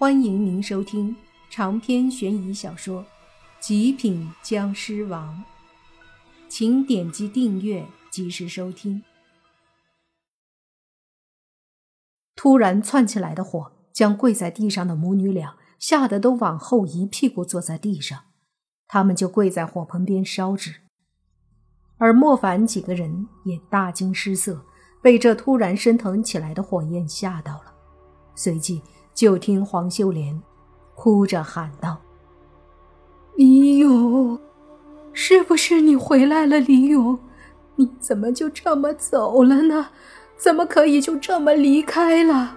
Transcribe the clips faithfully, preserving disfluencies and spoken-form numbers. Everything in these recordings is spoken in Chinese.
欢迎您收听长篇悬疑小说《极品僵尸王》，请点击订阅，及时收听。突然窜起来的火将跪在地上的母女俩吓得都往后一屁股坐在地上，他们就跪在火盆边烧纸。而莫凡几个人也大惊失色，被这突然升腾起来的火焰吓到了。随即就听黄秀莲哭着喊道：李勇，是不是你回来了？李勇，你怎么就这么走了呢？怎么可以就这么离开了？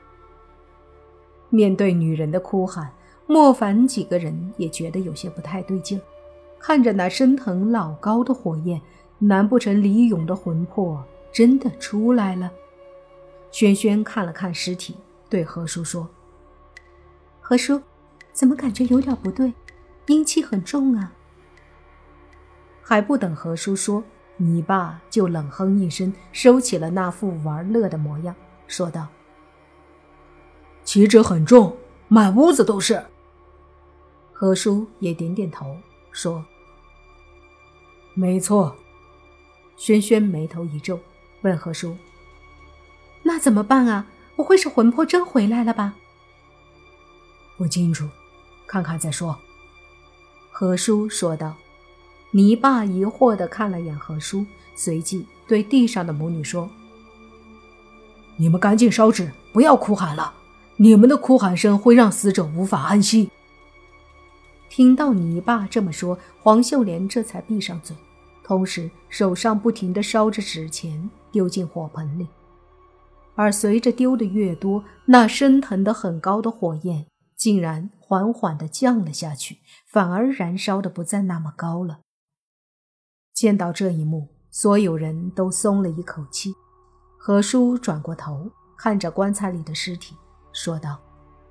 面对女人的哭喊，莫凡几个人也觉得有些不太对劲儿。看着那升腾老高的火焰，难不成李勇的魂魄真的出来了？轩轩看了看尸体，对何叔说：何叔，怎么感觉有点不对，阴气很重啊。还不等何叔说，你爸就冷哼一声，收起了那副玩乐的模样，说道：气质很重，满屋子都是。何叔也点点头说：没错。轩轩眉头一皱，问何叔：那怎么办啊？不会是魂魄真回来了吧？不清楚，看看再说。何叔说道。泥爸疑惑地看了眼何叔，随即对地上的母女说：你们赶紧烧纸，不要哭喊了，你们的哭喊声会让死者无法安息。听到泥爸这么说，黄秀莲这才闭上嘴，同时手上不停地烧着纸钱丢进火盆里。而随着丢的越多，那升腾得很高的火焰竟然缓缓地降了下去，反而燃烧得不再那么高了。见到这一幕，所有人都松了一口气。何叔转过头看着棺材里的尸体说道：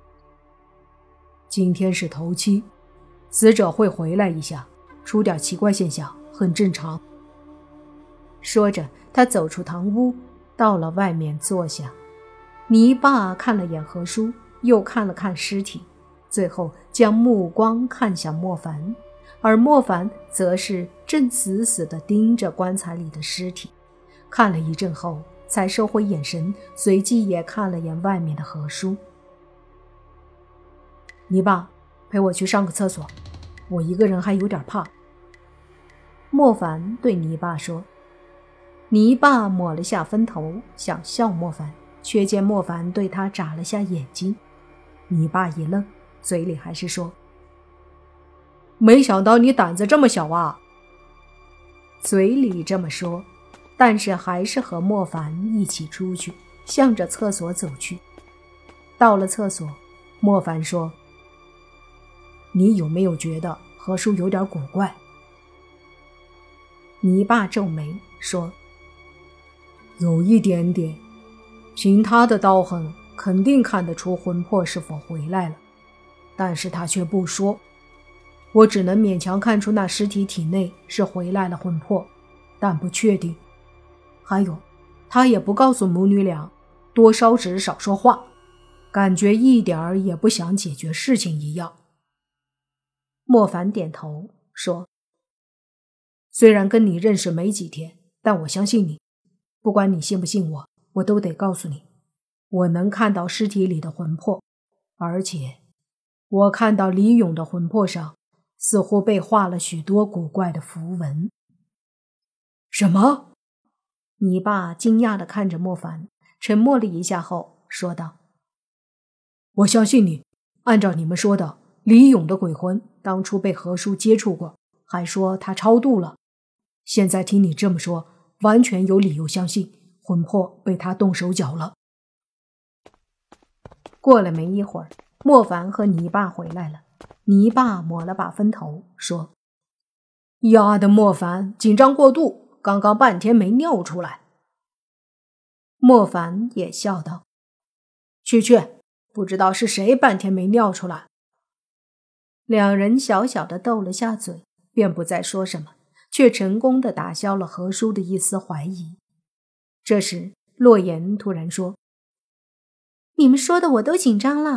今天是头七，死者会回来一下，出点奇怪现象很正常。说着他走出堂屋，到了外面坐下。泥爸看了眼何叔，又看了看尸体，最后将目光看向莫凡，而莫凡则是正死死地盯着棺材里的尸体，看了一阵后才收回眼神，随即也看了眼外面的何叔。泥爸，陪我去上个厕所，我一个人还有点怕。莫凡对泥爸说。泥爸抹了下分头，想笑莫凡，却见莫凡对他眨了下眼睛。泥爸一愣，嘴里还是说：没想到你胆子这么小啊。嘴里这么说，但是还是和莫凡一起出去，向着厕所走去。到了厕所，莫凡说：你有没有觉得何叔有点古怪？泥爸皱眉说：有一点点，凭他的刀痕肯定看得出魂魄是否回来了，但是他却不说，我只能勉强看出那尸体体内是回来了魂魄，但不确定。还有，他也不告诉母女俩多烧纸少说话，感觉一点儿也不想解决事情一样。莫凡点头说：虽然跟你认识没几天，但我相信你，不管你信不信我，我都得告诉你，我能看到尸体里的魂魄，而且我看到李勇的魂魄上似乎被画了许多古怪的符文。什么？你爸惊讶地看着莫凡，沉默了一下后说道：我相信你，按照你们说的，李勇的鬼魂当初被何叔接触过，还说他超度了，现在听你这么说，完全有理由相信魂魄被他动手脚了。过了没一会儿，莫凡和泥爸回来了。泥爸抹了把分头说：丫的莫凡紧张过度，刚刚半天没尿出来。莫凡也笑道：去去，不知道是谁半天没尿出来。两人小小的斗了下嘴，便不再说什么，却成功地打消了何叔的一丝怀疑。这时洛言突然说：你们说的我都紧张了，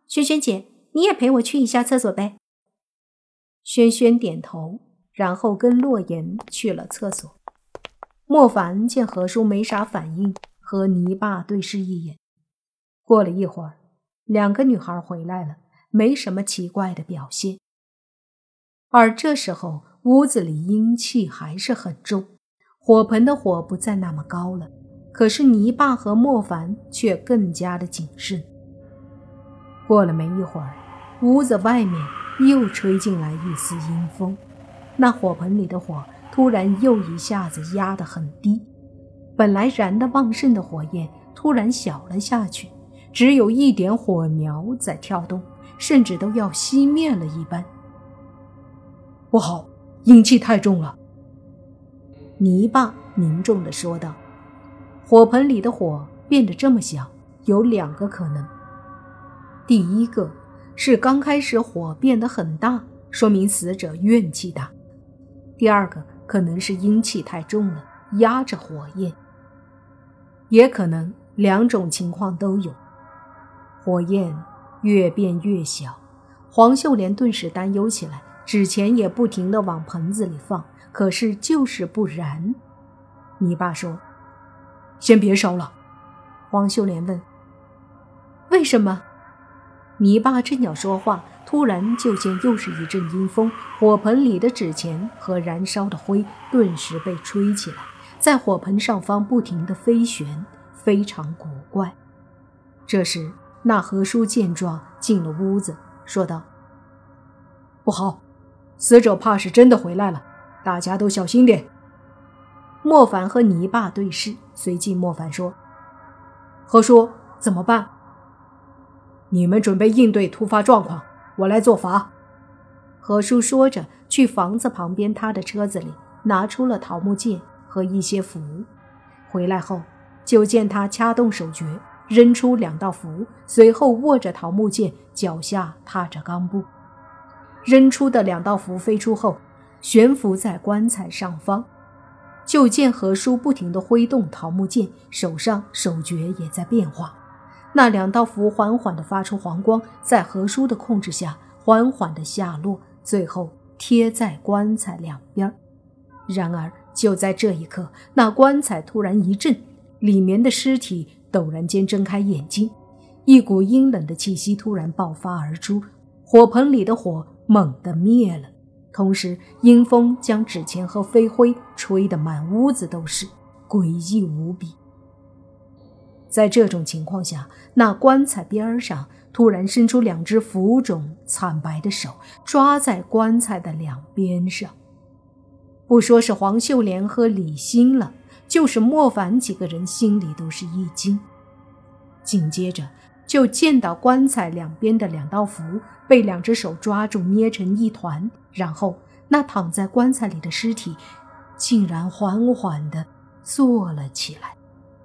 萱萱姐，你也陪我去一下厕所呗。萱萱点头，然后跟洛言去了厕所。莫凡见何叔没啥反应，和泥巴对视一眼。过了一会儿，两个女孩回来了，没什么奇怪的表现。而这时候屋子里阴气还是很重，火盆的火不再那么高了，可是泥巴和莫凡却更加的谨慎。过了没一会儿，屋子外面又吹进来一丝阴风，那火盆里的火突然又一下子压得很低，本来燃得旺盛的火焰突然小了下去，只有一点火苗在跳动，甚至都要熄灭了一般。不好，阴气太重了，泥巴凝重地说道。火盆里的火变得这么小，有两个可能。第一个是刚开始火变得很大，说明死者怨气大。第二个可能是阴气太重了，压着火焰。也可能两种情况都有。火焰越变越小，黄秀莲顿时担忧起来，纸钱也不停地往盆子里放，可是就是不燃。你爸说：“先别烧了。”黄秀莲问：“为什么？”泥巴正要说话，突然就见又是一阵阴风，火盆里的纸钱和燃烧的灰顿时被吹起来，在火盆上方不停地飞旋，非常古怪。这时那何叔见状进了屋子，说道：“不好，死者怕是真的回来了，大家都小心点。”莫凡和泥巴对视，随即莫凡说：“何叔，怎么办？”“你们准备应对突发状况，我来做法。”何叔说着，去房子旁边他的车子里拿出了桃木剑和一些符。回来后，就见他掐动手诀，扔出两道符，随后握着桃木剑，脚下踏着钢步。扔出的两道符飞出后，悬浮在棺材上方。就见何叔不停地挥动桃木剑，手上手诀也在变化。那两道符缓缓地发出黄光，在何叔的控制下缓缓地下落，最后贴在棺材两边。然而就在这一刻，那棺材突然一震，里面的尸体陡然间睁开眼睛，一股阴冷的气息突然爆发而出，火盆里的火猛地灭了，同时阴风将纸钱和飞灰吹得满屋子都是，诡异无比。在这种情况下，那棺材边上突然伸出两只浮肿惨白的手，抓在棺材的两边上。不说是黄秀莲和李欣了，就是莫凡几个人心里都是一惊。紧接着就见到棺材两边的两道符被两只手抓住，捏成一团，然后那躺在棺材里的尸体竟然缓缓地坐了起来。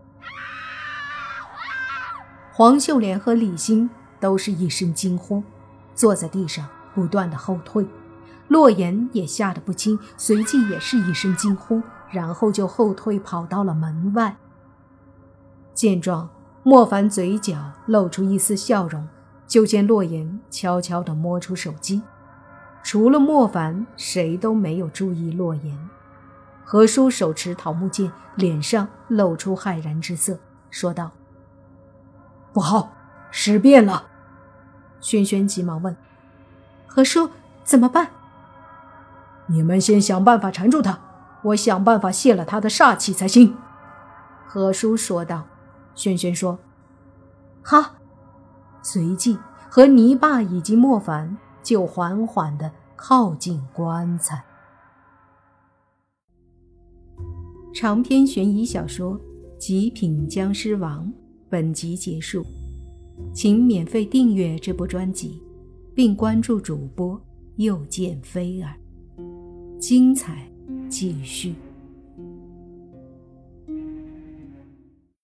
黄秀莲和李欣都是一声惊呼，坐在地上不断的后退。洛言也吓得不轻，随即也是一声惊呼，然后就后退跑到了门外。见状，莫凡嘴角露出一丝笑容，就见洛言悄悄地摸出手机。除了莫凡，谁都没有注意洛言。何叔手持桃木剑，脸上露出骇然之色，说道：“不好，尸变了。”轩轩急忙问：“何叔，怎么办？”“你们先想办法缠住他，我想办法泄了他的煞气才行。”何叔说道。轩轩说：“好。”随即和泥巴以及莫凡就缓缓地靠近棺材。长篇悬疑小说《极品僵尸王》本集结束，请免费订阅这部专辑，并关注主播又见菲儿，精彩继续。